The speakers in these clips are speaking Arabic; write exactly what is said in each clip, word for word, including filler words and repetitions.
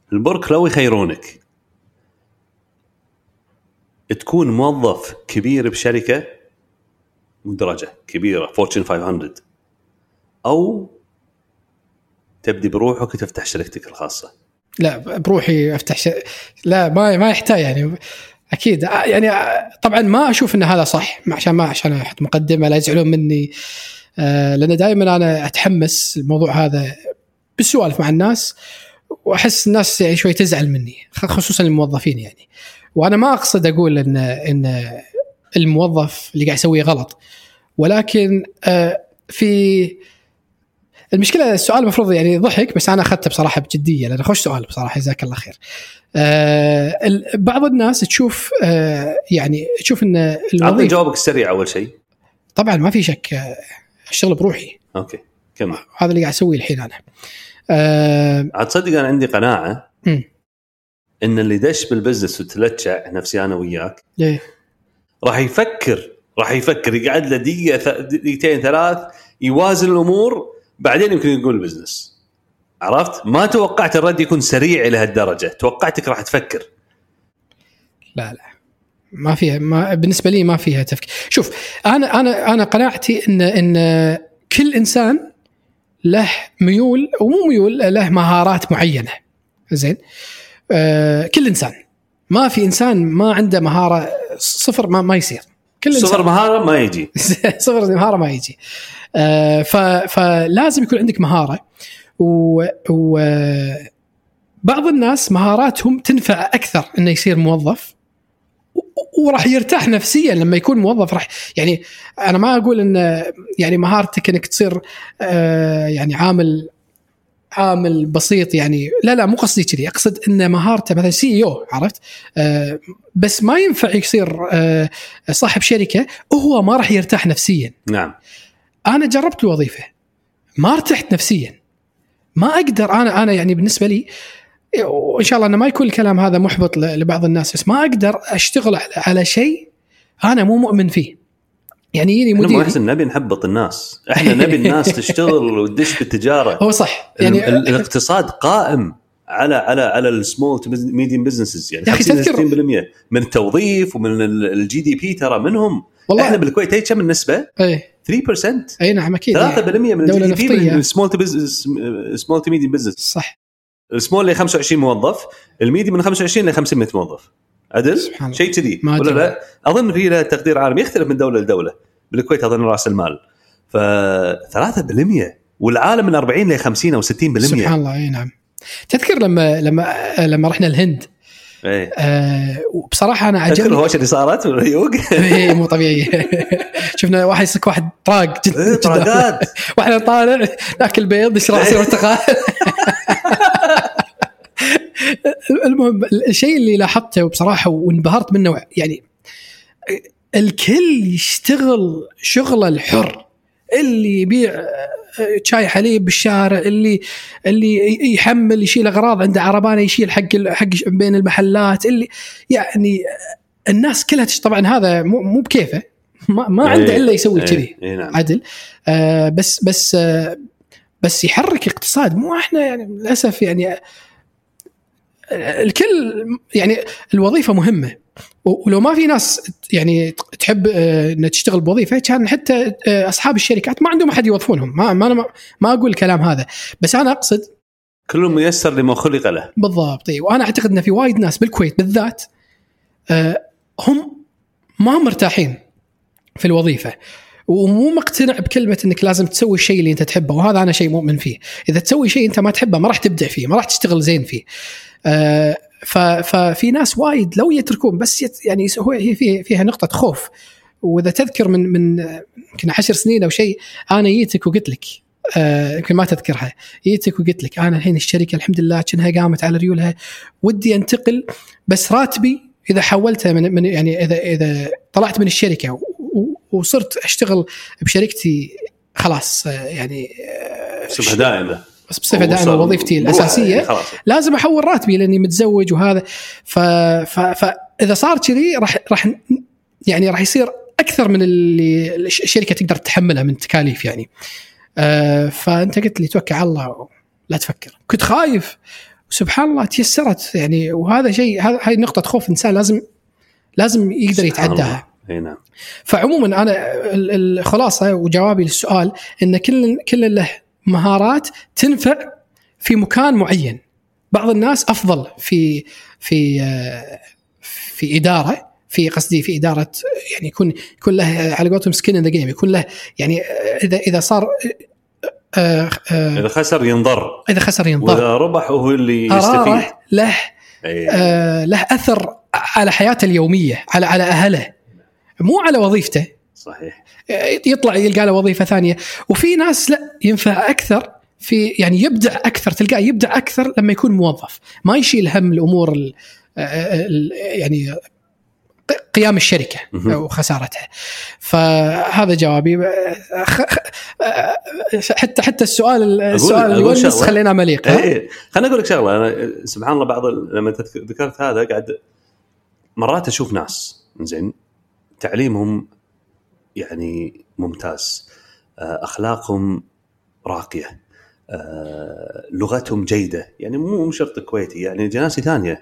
البرك لو يخيرونك تكون موظف كبير بشركة مدرجة كبيرة فورتشن خمسمية أو تبدي بروحك وتفتح شركتك الخاصة. لا بروحي أفتح ش... لا ما ما يحتاج يعني أكيد يعني طبعا ما أشوف إن هذا صح عشان ما عشان أحط مقدمة لا يزعلون مني آه لأن دائما أنا أتحمس الموضوع هذا بالسوالف مع الناس وأحس الناس يعني شوي تزعل مني خصوصا الموظفين يعني. وأنا ما أقصد أقول إن إن الموظف اللي قاعد يسويه غلط ولكن آه في المشكلة السؤال المفروض يعني ضحك بس أنا أخذته بصراحة بجدية لأنه خوش سؤال بصراحة جزاك الله خير. آه بعض الناس تشوف آه يعني تشوف إن الوظيفة جوابك السريع أول شيء طبعا ما في شك آه أشتغل بروحي. أوكي كمل. هذا اللي قاعد أسويه الحين أنا. آه أتصدق أنا عندي قناعة م. إن اللي دش بالبزنس وتلتشع نفسي أنا وياك ليه راح يفكر راح يفكر يقعد له دقيقة دقيقتين ثلاث يوازن الأمور بعدين يمكن يقول البزنس. عرفت ما توقعت الرد يكون سريع إلى هالدرجة توقعتك راح تفكر. لا لا ما فيها ما بالنسبة لي ما فيها تفكير. شوف أنا أنا أنا قناعتي إن إن كل إنسان له ميول ومو ميول له مهارات معينة زين. آه كل إنسان ما في إنسان ما عنده مهارة صفر ما ما يصير. كل صفر مهارة ما يجي صفر مهارة ما يجي. آه فلازم يكون عندك مهارة وبعض الناس مهاراتهم تنفع أكثر إنه يصير موظف وراح يرتاح نفسيا لما يكون موظف. راح يعني أنا ما أقول إن يعني مهارتك إنك تصير آه يعني عامل عامل بسيط يعني لا لا مو قصدي كذي. أقصد إن مهارته مثلا سي إي أو عرفت آه بس ما ينفع يصير آه صاحب شركة وهو ما راح يرتاح نفسيا. نعم أنا جربت الوظيفة ما ارتحت نفسيا ما أقدر أنا أنا يعني بالنسبة لي وإن شاء الله أنا ما يكون الكلام هذا محبط لبعض الناس بس ما أقدر أشتغل على شيء أنا مو مؤمن فيه. يعني يجي مدير احنا نبي نحبط الناس احنا نبي الناس تشتغل وتدش بالتجارة. هو صح يعني الاقتصاد قائم على على على السمول تو ميديم بزنسز يعني خمسين ستين بالمية من التوظيف ومن الجي دي بي ترى منهم. احنا بالكويت هي كم النسبة؟ ايه ثلاثة بالمية. اي نعم اكيد ثلاثة بالمية من الجي دي بي من السمول تو بزنس سمول تو ميديم بزنس. صح. السمول ل خمسة وعشرين موظف الميديم من خمسة وعشرين ل خمسمية موظف عدل شيء كذي ولا لا؟ اظن في له تقدير عالمي يختلف من دولة لدولة. بالكويت أظن رأس المال فثلاثة بالمية والعالم من أربعين ل خمسين أو ستين بالمية. سبحان الله. أي نعم. تذكر لما لما لما رحنا الهند ايه آه وبصراحة أنا عجبني الهوشة اللي صارت والريوق ايه مو طبيعي. شفنا واحد يسك واحد طراق جدا إيه طراقات واحنا طالع ناكل بيض نشرب عصير برتقال. المهم الشيء اللي لاحظته بصراحة وانبهرت منه يعني الكل يشتغل شغله الحر اللي يبيع شاي حليب بالشارع اللي اللي يحمل يشيل أغراض عنده عربانة يشيل حق حق بين المحلات اللي يعني الناس كلها. طبعا هذا مو مو بكيفه ما, ما عنده إلا يسوي كذي عدل آه بس بس آه بس يحرك اقتصاد مو احنا يعني للأسف يعني الكل يعني الوظيفة مهمة ولو ما في ناس يعني تحب أن تشتغل بوظيفة كان حتى أصحاب الشركات ما عندهم أحد يوظفونهم. ما ما أنا ما أقول الكلام هذا بس أنا أقصد كل ميسر لما خلق له. بالضبط. وأنا أعتقد أن في وايد ناس بالكويت بالذات هم ما هم مرتاحين في الوظيفة ومو مقتنع بكلمة أنك لازم تسوي الشيء اللي أنت تحبه وهذا أنا شيء مؤمن فيه. إذا تسوي شيء أنت ما تحبه ما راح تبدع فيه ما راح تشتغل زين فيه. آه ففي ناس وايد لو يتركون بس يت يعني هو هي فيه فيها نقطة خوف. وإذا تذكر من من يمكن عشر سنين أو شيء أنا جيتك وقلت لك يمكن آه ما تذكرها جيتك وقلت لك أنا الحين الشركة الحمد لله كأنها قامت على ريولها ودي أنتقل بس راتبي إذا حولتها من, من يعني إذا إذا طلعت من الشركة وصرت أشتغل بشركتي خلاص يعني صفة دائمة بس بصفة دائمة وظيفتي الأساسية يعني لازم أحول راتبي لأني متزوج وهذا ف ف فإذا صار كذي راح راح يعني راح يصير أكثر من اللي الشركة تقدر تحملها من تكاليف يعني. آه فأنت قلت لي توكل على الله لا تفكر. كنت خايف وسبحان الله تيسرت يعني. وهذا شيء هاي نقطة خوف إنسان لازم لازم يقدر يتعداها. نعم. فعموما أنا الخلاصة وجوابي للسؤال إن كل كل له مهارات تنفع في مكان معين. بعض الناس أفضل في في في إدارة في قصدي في إدارة يعني يكون يكون له على قولتهم سكين إن ذا جيم، يكون له يعني إذا إذا صار آه آه إذا خسر ينضر، إذا خسر ينضر، وإذا ربح هو اللي يستفيد. له آه له أثر على حياته اليومية، على على أهله، مو على وظيفته. صحيح. يطلع يلقى له وظيفة ثانية. وفي ناس لا ينفع أكثر في يعني يبدع أكثر، تلقاه يبدع أكثر لما يكون موظف، ما يشيل هم الأمور ال ال يعني قيام الشركة أو خسارتها. فهذا جوابي. حتى حتى السؤال السؤال الونس خلينا مليق. ايه خليني أقول لك شغلة. أنا سبحان الله بعض لما ذكرت هذا قاعد مرات أشوف ناس زين تعليمهم يعني ممتاز، أخلاقهم راقية، لغتهم جيدة، يعني مو شرط كويتي، يعني جناسي ثانية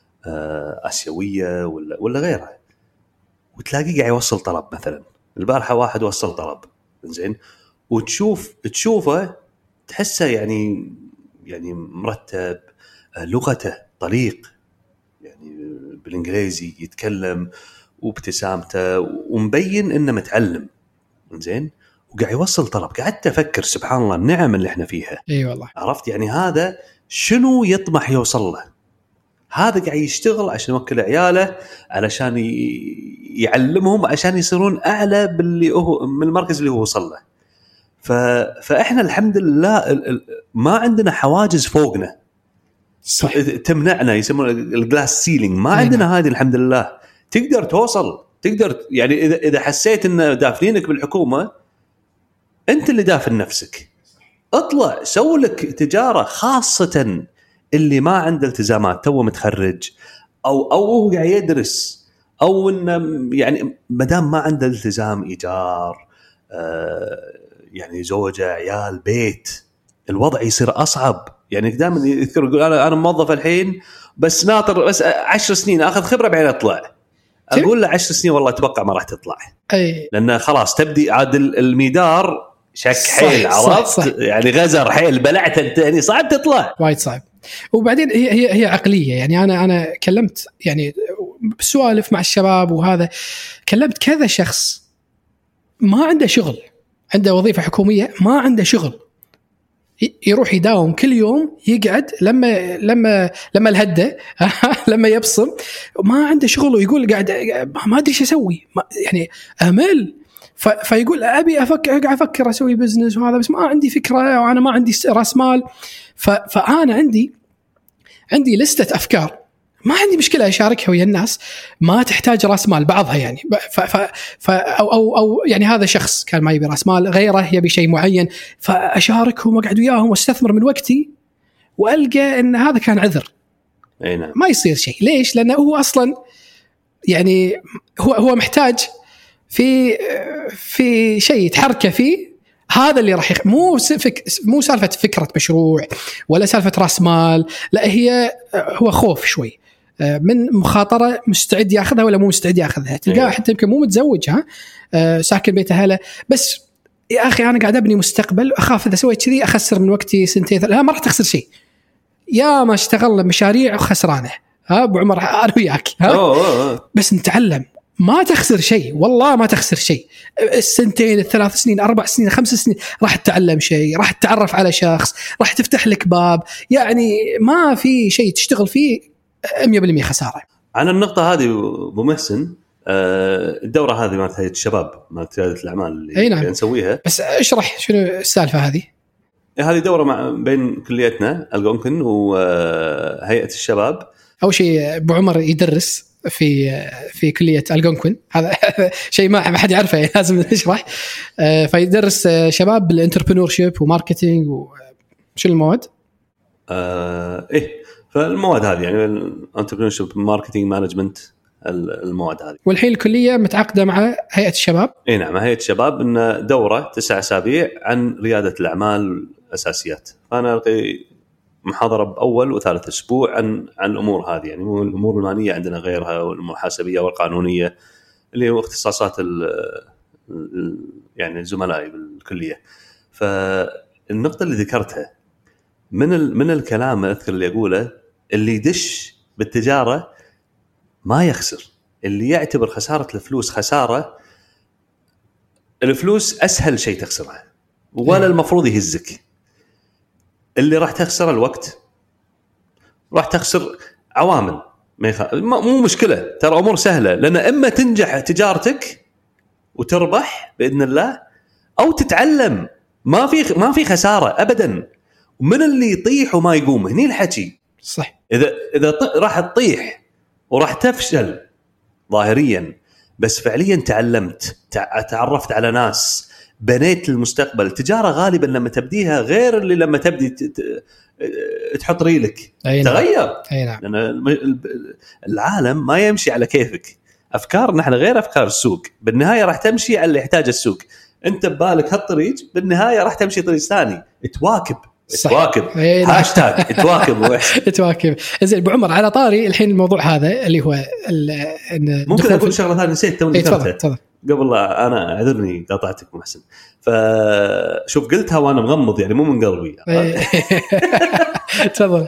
آسيوية ولا ولا غيرها، وتلاقيه قاعد يوصل طلب. مثلا البارحة واحد وصل طلب زين، وتشوف تشوفه تحسه يعني يعني مرتب، لغته طليق، يعني بالإنجليزي يتكلم وابتسامته ومبين إنه متعلم زين، وقاعد يوصل طلب. قعدت أفكر سبحان الله النعم اللي إحنا فيها. أي والله. عرفت يعني هذا شنو يطمح يوصل له؟ هذا قاعد يشتغل عشان يوكل عياله، علشان يعلمهم، عشان يصيرون أعلى باللي هو من المركز اللي هو وصل له. ف... فإحنا الحمد لله ما عندنا حواجز فوقنا صح. تمنعنا، يسمونه الجلاس سيلينج، ما عندنا هذه الحمد لله. تقدر توصل، تقدر يعني إذا إذا حسيت إن دافنينك بالحكومة، أنت اللي دافن نفسك، اطلع سوي لك تجارة، خاصة اللي ما عنده التزامات، تو متخرج أو أو هو قاعد يدرس، أو إنه يعني مدام ما عنده التزام إيجار، آه يعني زوجة عيال بيت، الوضع يصير أصعب. يعني دائما يذكر يقول أنا أنا موظف الحين بس ناطر بس عشر سنين أخذ خبرة بعدين أطلع. أقول له عشر سنين والله أتوقع ما راح تطلع. أي. لأن خلاص تبدي عاد الميدار شك حيل، عرفت؟ صح صح. يعني غزر حيل بلعت انت، يعني صعب تطلع، وايد صعب. وبعدين هي هي هي عقليه. يعني انا انا كلمت يعني بسوالف مع الشباب، وهذا كلمت كذا شخص ما عنده شغل، عنده وظيفه حكوميه، ما عنده شغل، يروح يداوم كل يوم، يقعد لما لما لما الهده لما يبصم، ما عنده شغل، ويقول قاعد ما ادري ايش اسوي، يعني امل. فيقول أبي أفكر قاعد أفكر أسوي بزنس وهذا، بس ما عندي فكرة وأنا ما عندي رأس مال. فأنا عندي عندي لستة أفكار، ما عندي مشكلة أشاركها ويا الناس، ما تحتاج رأس مال بعضها يعني. ف ف أو أو أو يعني هذا شخص كان ما يبي رأس مال، غيره يبي شيء معين، فأشاركهم وأقعد وياهم واستثمر من وقتي، وألقى إن هذا كان عذر. أي نعم. ما يصير شيء. ليش؟ لأنه هو أصلا يعني هو هو محتاج في في شيء يتحرك فيه، هذا اللي راح يخ... مو سفك... مو سالفه فكره مشروع ولا سالفه راس مال، لا هي هو خوف شوي من مخاطره، مستعد ياخذها ولا مو مستعد ياخذها. تلقاه حتى يمكن مو متزوج، ها أه ساكن بيت اهله، بس يا اخي انا قاعد ابني مستقبل، اخاف اذا سويت كذي اخسر من وقتي سنتين. لا ما راح تخسر شيء، يا ما اشتغلنا مشاريع وخسرانه، ها ابو عمر انا وياك، ها بس نتعلم، ما تخسر شيء، والله ما تخسر شيء. السنتين الثلاث سنين أربع سنين خمس سنين راح تتعلم شيء، راح تتعرف على شخص، راح تفتح لك باب. يعني ما في شيء تشتغل فيه مية بالمية خسارة. عن النقطة هذه أبو محسن، الدورة هذه مالت هيئة الشباب مالت ريادة الأعمال اللي نعم. نسويها، بس اشرح شنو السالفة هذه. هذه دورة مع بين كليتنا الجونكن وهيئة الشباب. أول شيء أبو عمر يدرس في في كلية الجونكن، هذا شيء ما حد يعرفه، يعني لازم نشرح. فيدرس شباب بالانتربرنورشيب وماركتينج وش المواد؟ آه إيه فالمواد هذه يعني الانتربرنورشيب ماركتينج مانجمنت، المواد هذه. والحين الكلية متعاقدة مع هيئة الشباب. إيه نعم، هيئة الشباب إن دورة تسع أسابيع عن ريادة الأعمال الأساسيات. فأنا ألقي محاضره باول وثالث اسبوع عن عن الامور هذه، يعني مو الامور الماليه عندنا غيرها، والمحاسبيه والقانونيه اللي هو اختصاصات ال يعني زملائي بالكليه. فالنقطه اللي ذكرتها من ال من الكلام اذكر اللي اقوله، اللي يدش بالتجاره ما يخسر، اللي يعتبر خساره الفلوس خساره، الفلوس اسهل شيء تخسرها ولا المفروض يهزك. اللي راح تخسر الوقت، راح تخسر عوامل ما يخ... مو مشكله، ترى امور سهله، لان اما تنجح تجارتك وتربح باذن الله، او تتعلم. ما في ما في خساره ابدا. ومن اللي يطيح وما يقوم هني الحكي صح. اذا اذا ط... راح تطيح وراح تفشل ظاهريا، بس فعليا تعلمت، تع... تعرفت على ناس، بنيت المستقبل. التجاره غالبا لما تبديها غير اللي لما تبدي ت... ت... تحط ريلك. أي تغير. أي نعم. لأن العالم ما يمشي على كيفك، أفكار نحن غير أفكار السوق. بالنهاية راح تمشي على اللي يحتاج السوق. أنت ببالك هالطريق، بالنهاية راح تمشي طريق ثاني. تواكب تواكب هاشتاج تواكب تواكب. زين ابو عمر، على طاري الحين الموضوع هذا اللي هو ممكن اقول شغله ثانيه نسيت توني ذكرتها قبل. انا اعذرني قاطعتك محسن. فشوف قلتها وانا مغمض يعني مو من قلبي. تفضل.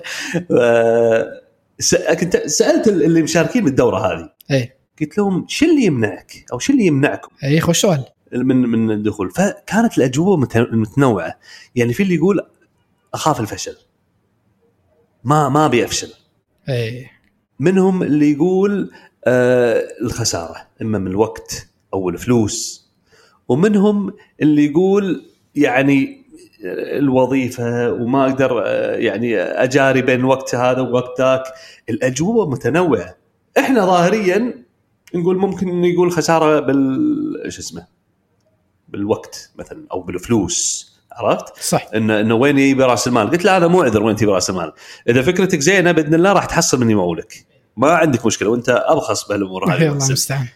كنت سالت اللي مشاركين بالدوره هذه، قلت لهم شو اللي يمنعك او شو اللي يمنعكم اي خوش سؤال من من الدخول. فكانت الاجوبه متنوعه. يعني في اللي يقول اخاف الفشل، ما ما بيفشل. اي منهم اللي يقول آه الخساره اما من الوقت او الفلوس، ومنهم اللي يقول يعني الوظيفه وما اقدر آه يعني اجاري بين الوقت هذا ووقت ذاك. الاجوبه متنوعه. احنا ظاهريا نقول ممكن يقول خساره بال ايش اسمه بالوقت مثلا او بالفلوس. عرفت صح ان انه وين يجي براس المال. قلت لا انا مو عذر وين تجي براس المال. اذا فكرتك زينه باذن الله راح تحصل مني مولك، ما عندك مشكله، وانت ابخص بهالامور هذه. الله المستعان.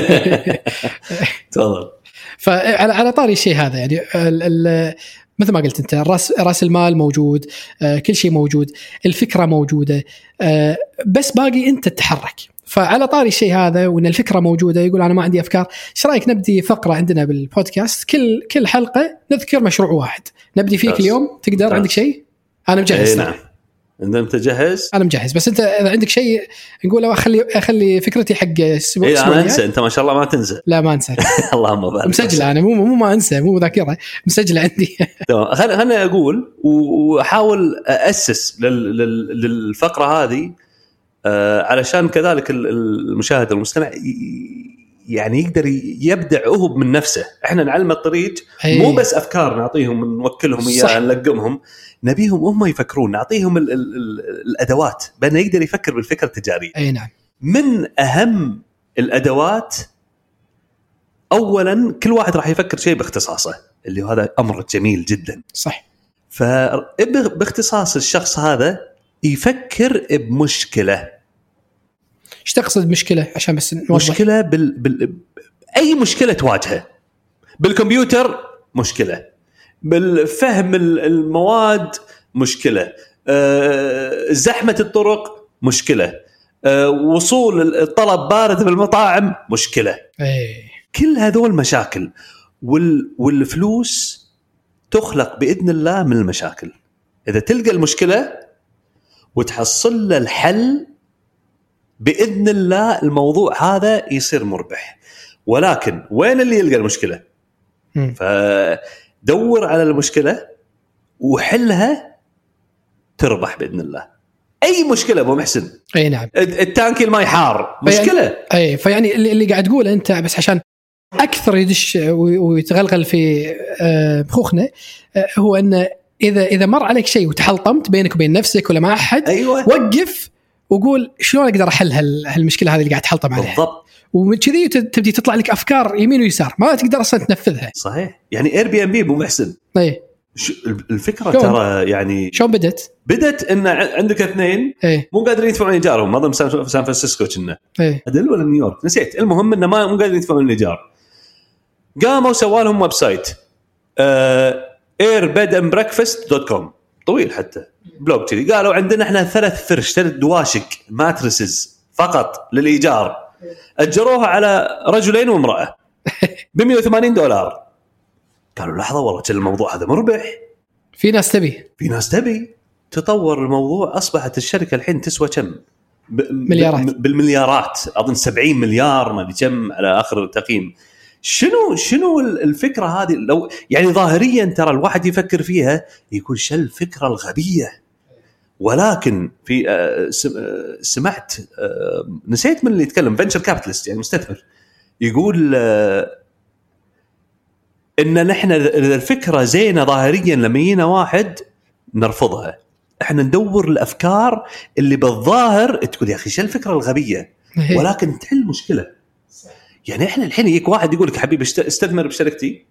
تفضل. فعلى على طاري الشيء هذا، يعني ال ال مثل ما قلت انت، راس راس المال موجود، آه كل شيء موجود، الفكره موجوده، آه بس باقي انت تتحرك. فعلى طاري الشيء هذا وان الفكره موجوده، يقول انا ما عندي افكار، ايش رايك نبدي فقره عندنا بالبودكاست، كل كل حلقه نذكر مشروع واحد نبدي فيك بس. اليوم تقدر بس. عندك شيء؟ انا مجهز. نعم انت مجهز؟ انا مجهز، بس انت اذا عندك شيء نقوله اخلي اخلي فكرتي حق اسبوع. إيه انا انسى، انت ما شاء الله ما تنسى. لا ما انسى. اللهم بارك. مسجله انا، مو مو ما انسى، مو ذاكره، مسجله عندي. تمام. خليني اقول واحاول اسس للفقره هذه آه علشان كذلك المشاهد المستمع يعني يقدر يبدع هو من نفسه. احنا نعلم الطريق، مو بس افكار نعطيهم نوكلهم اياها نلقمهم، نبيهم هم يفكرون، نعطيهم ال ال ال الادوات بأنه يقدر يفكر بالفكره التجاريه. اي نعم. من اهم الادوات اولا كل واحد راح يفكر شيء باختصاصه، اللي هذا امر جميل جدا. صح. فباختصاص الشخص هذا يفكر بمشكله. ايش تقصد مشكله عشان بس نوضح؟ مشكله بال... بال... اي مشكله تواجهه بالكمبيوتر، مشكله بالفهم المواد، مشكله أه... زحمه الطرق، مشكله أه... وصول الطلب بارد بالمطاعم، مشكله. أي. كل هذول مشاكل، وال... والفلوس تخلق باذن الله من المشاكل. اذا تلقى المشكله وتحصل له الحل بإذن الله الموضوع هذا يصير مربح. ولكن وين اللي يلقى المشكلة؟ م. فدور على المشكلة وحلها تربح بإذن الله. أي مشكلة أبو محسن. أي نعم. التانكي الماء حار مشكلة. أي فيعني اللي قاعد تقوله أنت بس عشان أكثر يدش ويتغلغل في بخوخنا، هو أن إذا إذا مر عليك شيء وتحلطمت بينك وبين نفسك ولا مع أحد، أيوة. وقف وقول شلون أقدر أحل هالمشكلة هذه اللي قاعد تحلطم عليها. بالضبط. ومن كذي تبدي تطلع لك أفكار يمين ويسار ما تقدر أصلا تنفذها. صحيح. يعني إير بي إم بي مو محسن. أي. الفكرة ترى يعني. شلون بدت؟ بدت إن عندك اثنين أي. مو قادرين يدفعون إيجارهم. ما ضم سان فرانسيسكو كنا. أي. أدل ولا نيويورك نسيت. المهم إنه ما مو قادرين يدفعون الإيجار. قاموا سووا لهم ويب سايت. اير بيد اند بريكفاست دوت كوم طويل حتى بلوك كذي قالوا عندنا احنا ثلاث فرش ثلاث دواشق ماتريسز فقط للايجار، اجروها على رجلين وامراه ب مئة وثمانين دولار. قالوا لحظه والله الموضوع هذا مربح، في ناس تبي في ناس تبي تطور الموضوع. اصبحت الشركه الحين تسوى كم؟ مليارات، بالمليارات، اظن سبعين مليار ما كم على اخر تقييم. شنو شنو الفكره هذه؟ لو يعني ظاهريا ترى الواحد يفكر فيها يقول شو الفكره الغبيه، ولكن في سمعت نسيت من اللي يتكلم فينشر كابيتالست يعني مستثمر يقول ان نحن الفكره زينه ظاهريا لما يجينا واحد نرفضها، احنا ندور الافكار اللي بالظاهر تقول يا اخي شو الفكره الغبيه ولكن تحل مشكله. يعني احنا الحين يجيك واحد يقول لك حبيبي استثمر بشركتي،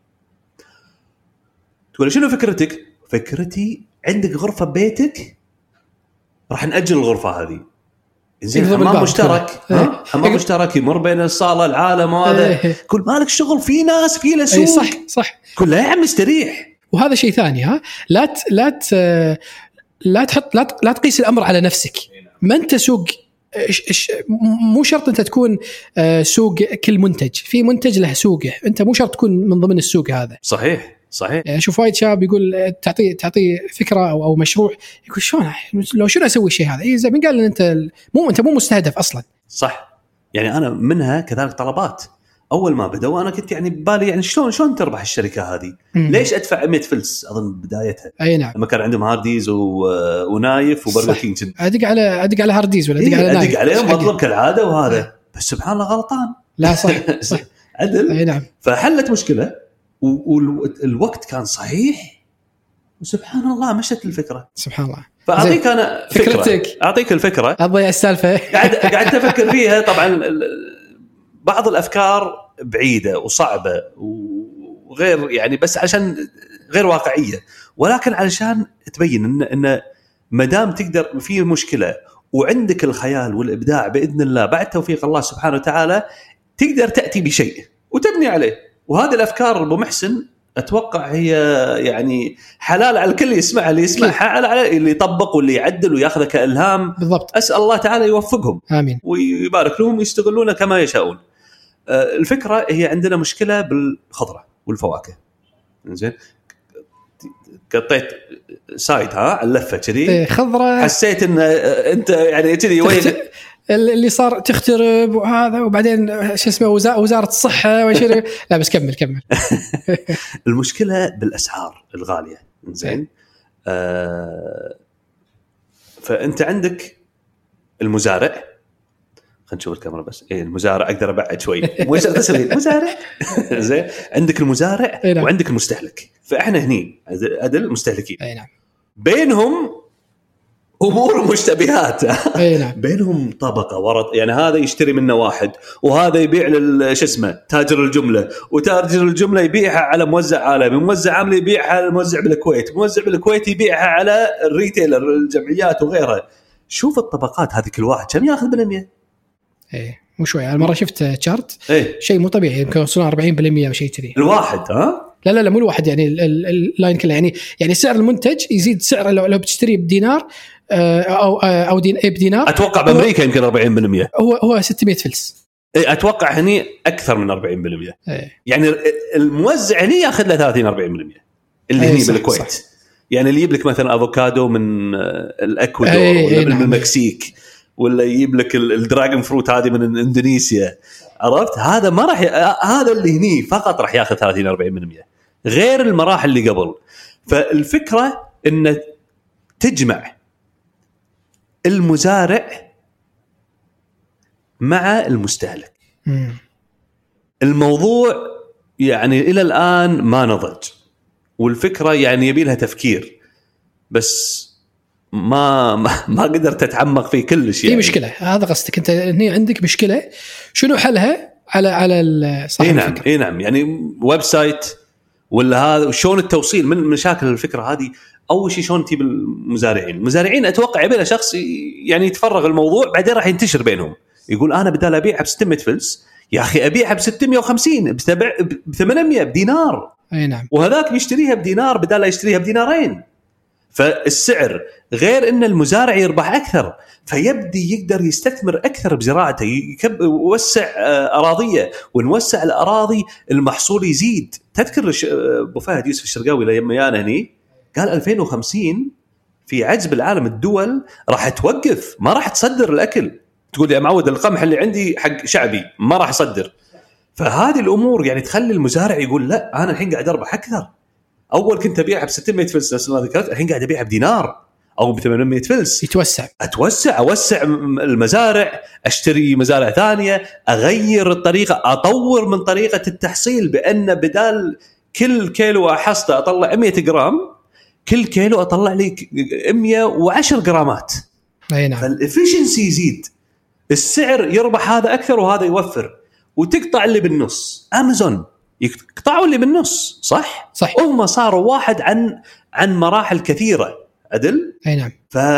تقول شنو فكرتك؟ فكرتي عندك غرفه ببيتك راح نأجل الغرفة هذه، زين حمام مشترك، ها حمام مشترك يمر بين الصالة العالم وهذا، كل مالك شغل في ناس في له سوق. صح صح كلها يا عم استريح. وهذا شيء ثاني، ها لا ت... لا ت... لا تحط لا, ت... لا تقيس الأمر على نفسك. ما أنت سوق إش... إش... مو شرط أنت تكون سوق كل منتج، في منتج له سوقه، أنت مو شرط تكون من ضمن السوق هذا. صحيح صحيح. يعني شوف وايد شاب يقول تعطي تعطي فكره او او مشروع يقول شلون لو شنو اسوي الشيء هذا؟ اي زين، من قال ان انت مو انت مو مستهدف اصلا. صح. يعني انا منها كذلك طلبات اول ما بدأوا انا كنت يعني ببالي يعني شلون شلون تربح الشركه هذه؟ مم. ليش ادفع مئة فلس اظن بدايتها. اي نعم. لما كان عندهم هارديز و... ونايف وبرجر كينج، ادق على ادق على هارديز ولا ادق على نايف، ادق عليهم مطلب كالعاده وهذا. بس سبحان الله غلطان. لا صح, صح. عدل. اي نعم. فحلت مشكله والوقت كان صحيح وسبحان الله مشت الفكرة. سبحان الله. فأعطيك أنا فكرة. فكرتك. أعطيك الفكرة. أضيع السالفة. قاعد قاعد أفكر فيها. طبعا بعض الأفكار بعيدة وصعبة وغير يعني بس عشان غير واقعية، ولكن علشان تبين إن إن مدام تقدر في مشكلة وعندك الخيال والإبداع بإذن الله بعد توفيق الله سبحانه وتعالى تقدر تأتي بشيء وتبني عليه. وهذه الأفكار أبو محسن أتوقع هي يعني حلال على الكل يسمعها، اللي يسمعها على اللي يطبق واللي يعدل ويأخذها كإلهام. بالضبط. أسأل الله تعالى يوفقهم. آمين. ويبارك لهم ويستغلونه كما يشاءون. الفكرة هي عندنا مشكلة بالخضرة والفواكه. زين. قطيت سايد ها على اللفة كذي. خضرة. حسيت إن أنت يعني كذي وين اللي صار تخترب وهذا وبعدين شو اسمه وزارة الصحة وشيء. لا بس كمل كمل. المشكلة بالأسعار الغالية. زين. آه فأنت عندك المزارع، خلينا نشوف الكاميرا بس. إيه المزارع أقدر أبعد شوي. مش تسوي المزارع. زين. عندك المزارع وعندك المستهلك. فإحنا هني عدل المستهلكين. أي نعم. بينهم أمور مشتبهات. نعم. بينهم طبقة ورط، يعني هذا يشتري منه واحد وهذا يبيع للش اسمه تاجر الجملة، وتاجر الجملة يبيعها على موزع عالمي، موزع عالمي يبيعها على موزع بالكويت، موزع بالكويت يبيعها على الريتيلر الجمعيات وغيرها. شوف الطبقات هذه كل واحد كم ياخذ بالمية. ايه مو شوي. انا مره شفت تشارت إيه؟ شيء مو طبيعي، يمكن يوصلون أربعين بالمية او شيء كذي الواحد. ها لا لا لا مو الواحد، يعني اللاين كله. يعني يعني سعر المنتج يزيد سعره لو لو بتشتري بدينار او او دين بدينار. اتوقع بامريكا يمكن أربعين بالمية. هو هو ستمية فلس. إيه اتوقع هني اكثر من أربعين بالمية. إيه؟ يعني الموزع هني ياخذ له ثلاثين أربعين بالمية اللي إيه هني صح بالكويت. صح. يعني اللي يجيب لك مثلا افوكادو من الاكوادور إيه ولا إيه من نعم. المكسيك، ولا يجيب لك الدراجون فروت هذه من اندونيسيا، عرفت؟ هذا ما راح ي... هذا اللي هني فقط راح ياخذ ثلاثين أربعين بالمية غير المراحل اللي قبل. فالفكره ان تجمع المزارع مع المستهلك. مم. الموضوع يعني الى الان ما نضج، والفكره يعني يبي لها تفكير بس ما ما, ما قدرت تتعمق فيه كلش. يعني في مشكله، هذا قصدك انت هنا عندك مشكله، شنو حلها على على صاحب الفكره؟ نعم اي نعم. يعني ويب سايت ولا هذا، وشون التوصيل من مشاكل الفكره هذه. اول شيء شلون تجيب المزارعين؟ المزارعين اتوقع يبي له شخص يعني يتفرغ الموضوع، بعدين راح ينتشر بينهم. يقول انا بدال ابيعها ب ستمية فلس يا اخي ابيعها ب ستمية وخمسين، ب ثمانمية بدينار. اي نعم. وهذاك بيشتريها بدينار بدال لا يشتريها بدينارين. فالسعر غير ان المزارع يربح اكثر، فيبدي يقدر يستثمر اكثر بزراعته، يوسع اراضيه، ونوسع الاراضي المحصول يزيد. تذكر ابو فهد يوسف الشرقاوي لما جانا هني قال ألفين وخمسين في عجز بالعالم الدول راح توقف، ما راح تصدر الاكل. تقول يا معود القمح اللي عندي حق شعبي ما راح اصدر. فهذه الامور يعني تخلي المزارع يقول لا انا الحين قاعد اربح اكثر. اول كنت ابيعها ب ستمية فلس نفس ما ذكرت، الحين قاعد ابيعها بدينار او ب ثمانمية فلس. يتوسع اتوسع اوسع المزارع، اشتري مزارع ثانيه، اغير الطريقه، اطور من طريقه التحصيل، بان بدال كل كيلو حصته اطلع مية جرام، كل كيلو اطلع لي مية وعشرة جرامات. اي نعم. فالافشنسي يزيد، السعر يربح هذا اكثر وهذا يوفر، وتقطع اللي بالنص. امازون يقطعوا اللي بالنص، صح صح. هم صاروا واحد عن عن مراحل كثيره عدل. اي نعم.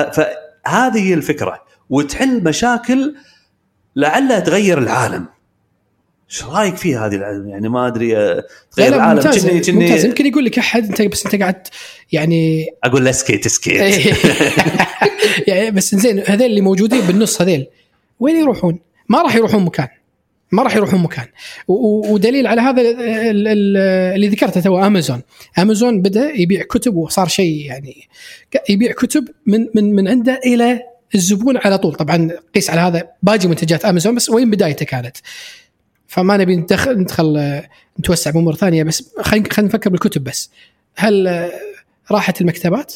فهذه هي الفكره، وتحل مشاكل لعلها تغير العالم. ايش رايك فيها هذه العالم؟ يعني ما ادري تغير العالم. ممتاز. كني كني ممتاز. يمكن يقول لك احد انت بس انت قاعد يعني اقول له سكيت سكيت يعني بس زين هذول اللي موجودين بالنص هذول وين يروحون؟ ما راح يروحون مكان، ما راح يروحون مكان. ودليل على هذا اللي ذكرته تو امازون. امازون بدا يبيع كتب وصار شيء يعني يبيع كتب من من من عنده الى الزبون على طول. طبعا قيس على هذا باقي منتجات امازون، بس وين بدايته كانت. فما نبي ندخل ندخل نتوسع بأمور ثانيه، بس خلينا خلينا نفكر بالكتب بس. هل راحت المكتبات؟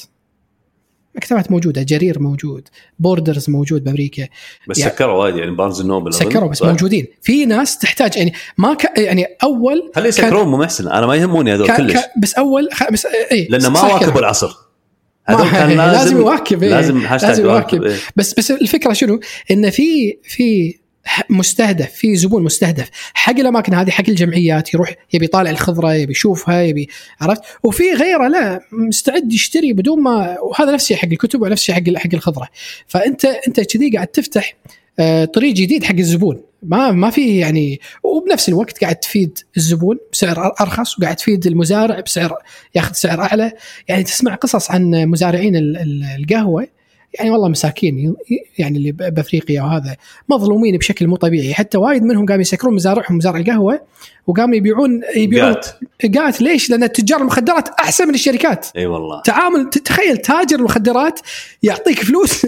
مكتبات موجودة، جرير موجود، بوردرز موجود بأمريكا، بس يعني سكروا وايد يعني بارنز نوبل سكروا بس موجودين. في ناس تحتاج يعني ما ك... يعني أول خلي يسكرون مو محسن، أنا ما يهموني هذول كلش ك... بس أول خ... بس إيه لأنه ما واكبوا العصر، هذول كان لازم لازم يواكب إيه؟ لازم, لازم يواكب إيه؟ بس بس الفكرة شنو؟ إن في في مستهدف، في زبون مستهدف حق الأماكن هذه، حق الجمعيات يروح يبي يطالع الخضرة، يبي يشوفها، يبي عرفت. وفي غيره لا مستعد يشتري بدون ما، وهذا نفس الشيء حق الكتب ونفس الشيء حق حق الخضرة. فأنت أنت كذي قاعد تفتح طريق جديد حق الزبون، ما ما في يعني، وبنفس الوقت قاعد تفيد الزبون بسعر أرخص، وقاعد تفيد المزارع بسعر ياخذ سعر أعلى. يعني تسمع قصص عن مزارعين القهوة يعني والله مساكين يعني اللي بأفريقيا وهذا مظلومين بشكل مو طبيعي. حتى وايد منهم قاموا يسكرون مزارعهم مزارع القهوة، وقاموا يبيعون يبيعون قات. ليش؟ لأن التجار المخدرات أحسن من الشركات. اي والله. تعامل، تخيل تاجر المخدرات يعطيك فلوس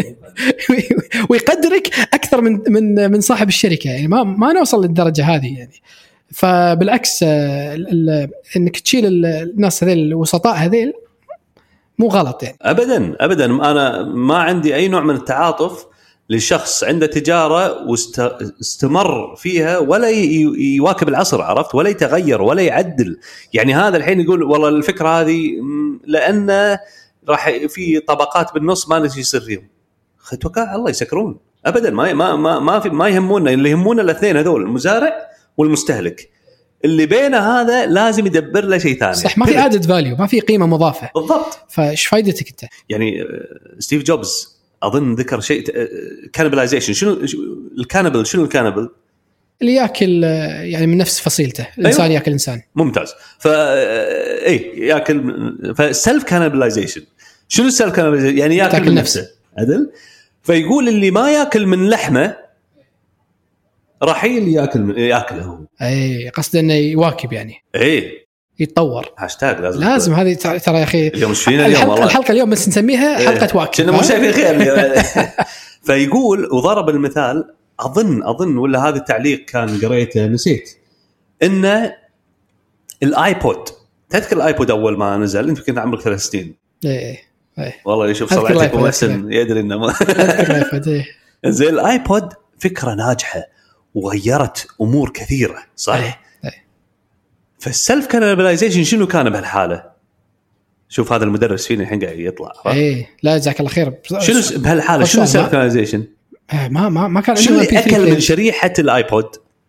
ويقدرك أكثر من من من صاحب الشركة. يعني ما ما نوصل للدرجة هذه يعني. فبالعكس إنك تشيل الناس هذيل الوسطاء هذيل مو غلط يعني. ابدا ابدا. انا ما عندي اي نوع من التعاطف لشخص عنده تجاره واستمر فيها ولا يواكب العصر، عرفت، ولا يتغير ولا يعدل. يعني هذا الحين يقول والله الفكره هذه لان راح في طبقات بالنص ما نجي يصير فيهم، توكل الله يسكرون. ابدا ما ما ما ما, في ما يهمونا. اللي يهمونا الاثنين هذول، المزارع والمستهلك. اللي بينه هذا لازم يدبر له شيء ثاني. صح، ما في added value، ما في قيمة مضافة. بالضبط. فايش فايدتك انت؟ يعني ستيف جوبز اظن ذكر شيء كانبلايزيشن. شنو الكانبل؟ شنو الكانبل؟ اللي ياكل يعني من نفس فصيلته. الانسان أيوة. ياكل انسان. ممتاز. فا اي ياكل. فسلف كانبلايزيشن. شنو السلف كانبلايزيشن؟ يعني ياكل من نفسه. عدل. فيقول اللي ما ياكل من لحمه رحيل ياكل ياكله. اي قصد انه يواكب يعني. اي يتطور. هاشتاج لازم لازم هذه ترى يا اخي. اليوم ايش فينا اليوم والله. الحلقه اليوم بس نسميها حلقه واكب. كنا مو شايفين خير. فيقول وضرب المثال، اظن اظن ولا هذا التعليق كان قريته نسيت، ان الايبود. تذكر الايبود اول ما نزل؟ انت كنت عمرك ثلاث سنين. اي اي والله يشوف صلعتك ومحسن يدري انه ما زين. الايبود فكره ناجحه وغيرت امور كثيره، صحيح. فالسلف كانبلايزيشن شنو كان بهالحاله؟ شوف هذا المدرس فينا الحين قاعد يطلع. اي لا جزاك الله خير. شنو بهالحاله شنو السلف كانبلايزيشن؟ ما ما ما كان شنو اللي اكل من شريحه الايبود؟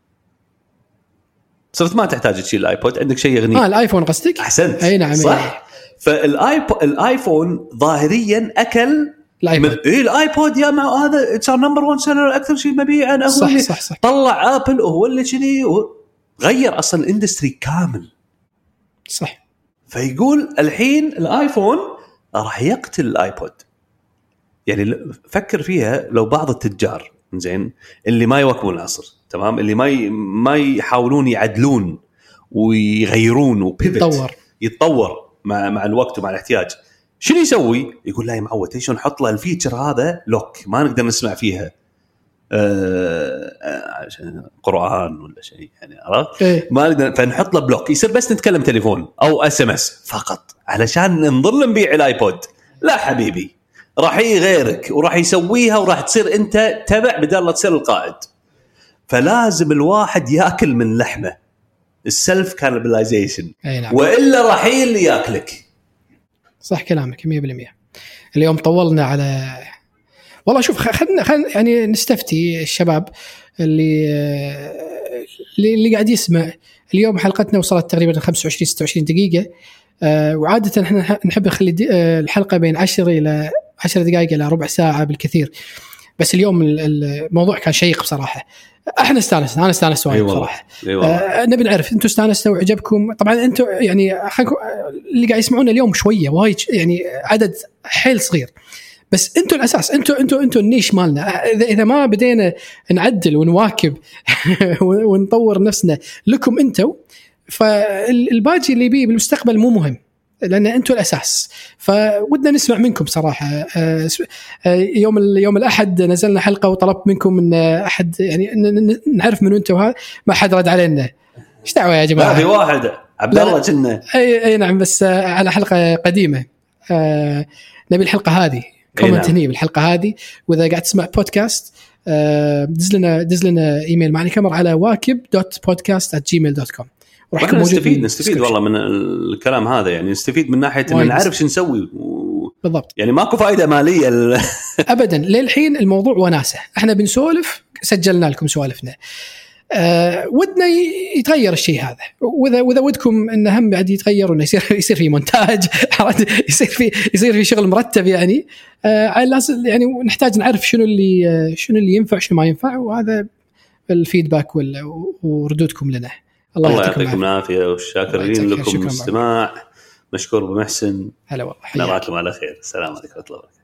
صرت ما تحتاج تشيل الايبود، عندك شيء يغنيك. اه الايفون قصدك؟ احسنت. اي نعم. صح. فالايبود الايفون ظاهريا اكل الايبود. إيه الايبود يا مع هذا صار نمبر واحد سيلر، اكثر شيء مبيعا. هو صح صح صح. طلع ابل وهو اللي كذي غير اصلا الاندستري كامل. صح. فيقول الحين الايفون راح يقتل الايبود. يعني فكر فيها، لو بعض التجار زين اللي ما يواكبون العصر تمام، اللي ما ي... ما يحاولون يعدلون ويغيرون وبيفت يتطور يتطور مع مع الوقت ومع الاحتياج، شنو يسوي؟ يقول لا يا معود ايش نحط له الفيتشر هذا لوك ما نقدر نسمع فيها عشان قرآن ولا شيء يعني عرفت إيه؟ ما نقدر، فنحط له بلوك يصير بس نتكلم تليفون او اس ام اس فقط علشان نظل نبيع الايبود. لا حبيبي، راح يغيرك وراح يسويها وراح تصير انت تبع بدل لا تصير القائد. فلازم الواحد ياكل من لحمه، السلف كانبلايزيشن، نعم. والا راح اللي ياكلك. صح كلامك مية بالمية. اليوم طولنا على والله شوف خلنا خلنا يعني نستفتي الشباب اللي اللي قاعد يسمع اليوم. حلقتنا وصلت تقريبا خمسة وعشرين ستة وعشرين دقيقة، وعادة احنا نحب نخلي الحلقة بين عشر إلى عشر دقائق إلى ربع ساعة بالكثير، بس اليوم الموضوع كان شيق بصراحة. احنا استانسنا، انا استانست وايد بصراحة. آه نبي نعرف انتم استانستوا وعجبكم. طبعا انتم يعني اللي قاعد يسمعونا اليوم شوية وايد يعني عدد حيل صغير، بس انتوا الاساس، انتوا انتوا انتوا النيش مالنا. اذا اذا ما بدينا نعدل ونواكب ونطور نفسنا لكم انتوا، فالباقي اللي بيه بالمستقبل مو مهم، لان انتوا الاساس. فودنا نسمع منكم صراحه. يوم يوم الاحد نزلنا حلقه وطلبت منكم ان احد يعني نعرف من انتوا، هذا ما حد رد علينا. ايش دعوه يا جماعه؟ في واحد عبد الله كنا اي اي نعم، بس على حلقه قديمه. نبي الحلقه هذه كومنت هني بالحلقه هذه. واذا قاعد تسمع بودكاست دز لنا دز لنا ايميل معني كاميرا على واكب دوت بودكاست آت جيميل دوت كوم. راح نستفيد نستفيد والله من الكلام هذا، يعني نستفيد من ناحيه ان نعرف شو نسوي و... بالضبط. يعني ماكو فائده ماليه ال... ابدا. للحين الموضوع وناسه، احنا بنسولف، سجلنا لكم سوالفنا. أه ودنا يتغير الشيء هذا، واذا واذا ودكم انه هم بعد يتغير وانه يصير يصير في مونتاج يصير في يصير في شغل مرتب يعني. أه لازم يعني نحتاج نعرف شنو اللي شنو اللي ينفع شنو ما ينفع، وهذا الفيدباك وردودكم لنا. الله, الله يعطيكم العافيه والشاكرين لكم الاستماع. مشكور بمحسن. هلا والله، نراكم على خير. السلام عليكم ورحمه الله وبركاته.